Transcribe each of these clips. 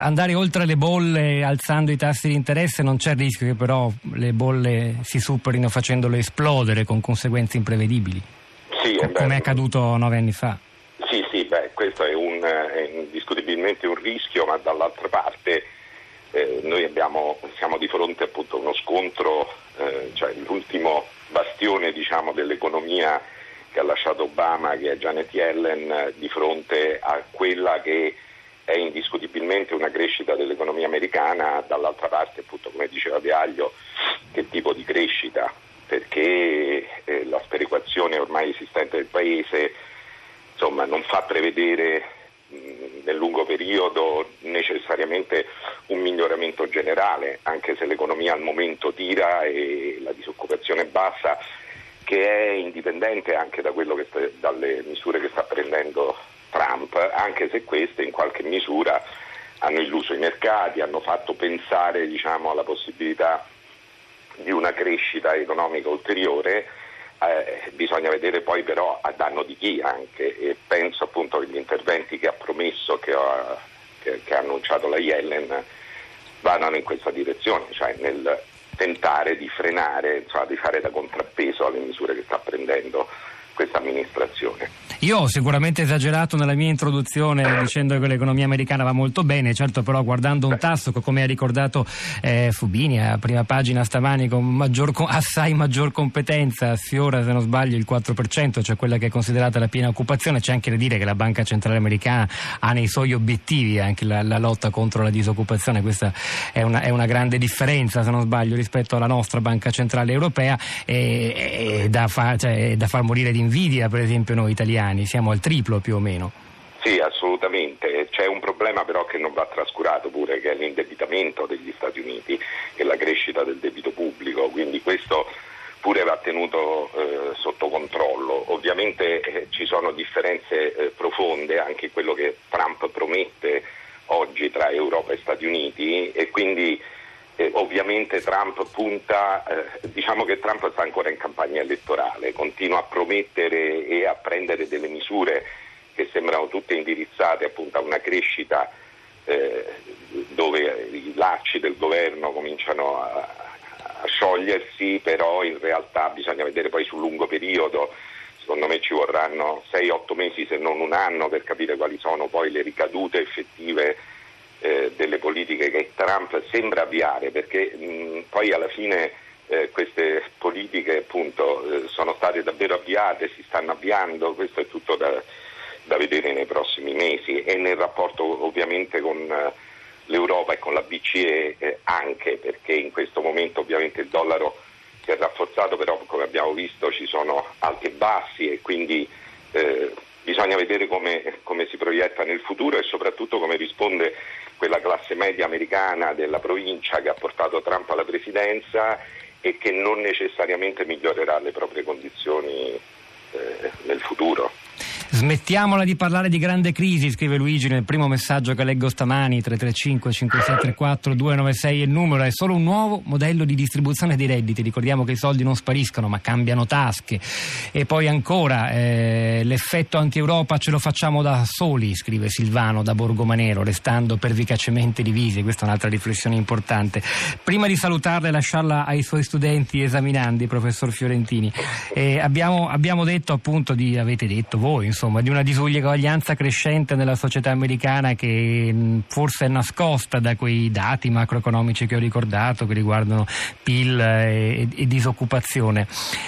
andare oltre le bolle alzando i tassi di interesse, non c'è il rischio che però le bolle si superino facendole esplodere con conseguenze imprevedibili, come è accaduto 9 anni fa? Sì, questo è indiscutibilmente un rischio, ma dall'altra parte noi siamo di fronte appunto a uno scontro, cioè l'ultimo bastione dell'economia che ha lasciato Obama, che è Janet Yellen, di fronte a quella che è indiscutibilmente una crescita dell'economia americana, dall'altra parte appunto, come diceva De Aglio, che tipo di crescita, perché la sperequazione ormai esistente del paese non fa prevedere nel lungo periodo necessariamente un miglioramento generale, anche se l'economia al momento tira e la disoccupazione è bassa, che è indipendente anche da quello dalle misure che sta prendendo Trump, anche se queste in qualche misura hanno illuso i mercati, hanno fatto pensare alla possibilità di una crescita economica ulteriore. Bisogna vedere poi però a danno di chi anche, e penso appunto che gli interventi che ha promesso, che ha annunciato la Yellen, vadano in questa direzione, cioè nel tentare di frenare, di fare da contrappeso alle misure che sta prendendo questa amministrazione. Io ho sicuramente esagerato nella mia introduzione dicendo che l'economia americana va molto bene, certo, però guardando un tasso, come ha ricordato Fubini a prima pagina stamani, con assai maggior competenza, sfiora, se non sbaglio, il 4%, cioè quella che è considerata la piena occupazione. C'è anche da dire che la Banca Centrale Americana ha nei suoi obiettivi anche la lotta contro la disoccupazione. Questa è una grande differenza, se non sbaglio, rispetto alla nostra Banca Centrale Europea, e da far morire di invidia, per esempio, noi italiani. Siamo al triplo più o meno. Sì, assolutamente. C'è un problema però che non va trascurato pure, che è l'indebitamento degli Stati Uniti e la crescita del debito pubblico, quindi questo pure va tenuto sotto controllo. Ovviamente ci sono differenze profonde, anche quello che Trump promette oggi tra Europa e Stati Uniti, e quindi ovviamente Trump punta, che Trump sta ancora in campagna elettorale, continua a promettere e a prendere delle misure che sembrano tutte indirizzate appunto a una crescita dove i lacci del governo cominciano a sciogliersi, però in realtà bisogna vedere poi sul lungo periodo. Secondo me ci vorranno 6-8 mesi, se non un anno, per capire quali sono poi le ricadute effettive delle politiche che Trump sembra avviare, perché poi alla fine queste politiche appunto sono state davvero avviate, si stanno avviando. Questo è tutto da vedere nei prossimi mesi, e nel rapporto ovviamente con l'Europa e con la BCE, anche perché in questo momento ovviamente il dollaro si è rafforzato, però come abbiamo visto ci sono alti e bassi, e quindi bisogna vedere come si proietta nel futuro, e soprattutto come risponde quella classe media americana della provincia che ha portato Trump alla presidenza e che non necessariamente migliorerà le proprie condizioni nel futuro. Smettiamola di parlare di grande crisi, scrive Luigi nel primo messaggio che leggo stamani. 335 5634 296 è il numero. È solo un nuovo modello di distribuzione dei redditi. Ricordiamo che i soldi non spariscono ma cambiano tasche. E poi ancora l'effetto anti-Europa ce lo facciamo da soli, scrive Silvano da Borgomanero, restando pervicacemente divisi. Questa è un'altra riflessione importante. Prima di salutarla e lasciarla ai suoi studenti esaminandi, professor Fiorentini, abbiamo detto appunto avete detto voi, insomma, di una disuguaglianza crescente nella società americana che forse è nascosta da quei dati macroeconomici che ho ricordato, che riguardano PIL e disoccupazione.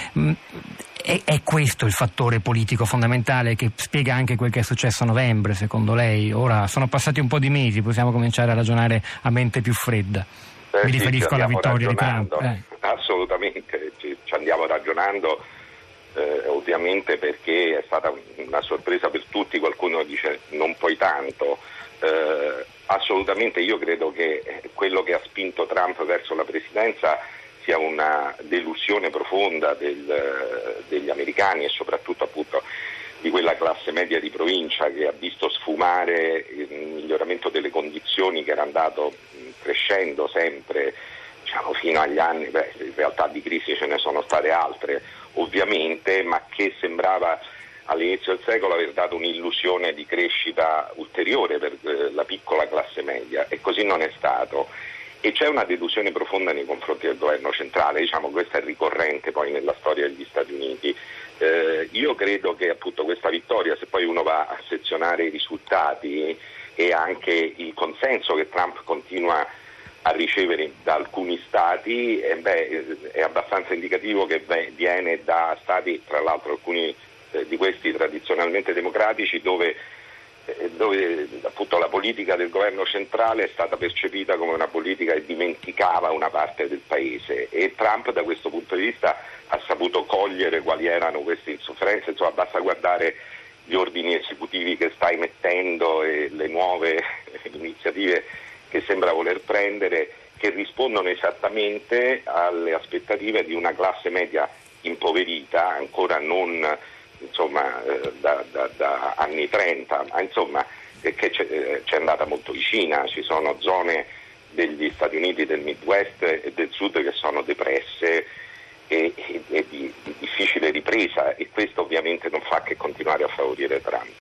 È questo il fattore politico fondamentale che spiega anche quel che è successo a novembre, secondo lei? Ora sono passati un po' di mesi, possiamo cominciare a ragionare a mente più fredda. Mi riferisco alla vittoria di Trump. Assolutamente, ci andiamo ragionando. Ovviamente, perché è stata una sorpresa per tutti. Qualcuno dice non poi tanto. Assolutamente, io credo che quello che ha spinto Trump verso la presidenza sia una delusione profonda degli americani, e soprattutto appunto di quella classe media di provincia che ha visto sfumare il miglioramento delle condizioni, che era andato crescendo sempre, fino agli anni. In realtà di crisi ce ne sono state altre ovviamente, ma che sembrava all'inizio del secolo aver dato un'illusione di crescita ulteriore per la piccola classe media, e così non è stato. E c'è una delusione profonda nei confronti del governo centrale, diciamo questa è ricorrente poi nella storia degli Stati Uniti. Io credo che appunto questa vittoria, se poi uno va a sezionare i risultati e anche il consenso che Trump continua a ricevere da alcuni stati, è abbastanza indicativo che viene da stati, tra l'altro alcuni di questi tradizionalmente democratici, dove appunto la politica del governo centrale è stata percepita come una politica che dimenticava una parte del paese, e Trump da questo punto di vista ha saputo cogliere quali erano queste insofferenze. Insomma, basta guardare gli ordini esecutivi che sta emettendo e le nuove iniziative che sembra voler prendere, che rispondono esattamente alle aspettative di una classe media impoverita, ancora non da anni 30, ma insomma che c'è andata molto vicina. Ci sono zone degli Stati Uniti, del Midwest e del Sud che sono depresse e di difficile ripresa, e questo ovviamente non fa che continuare a favorire Trump.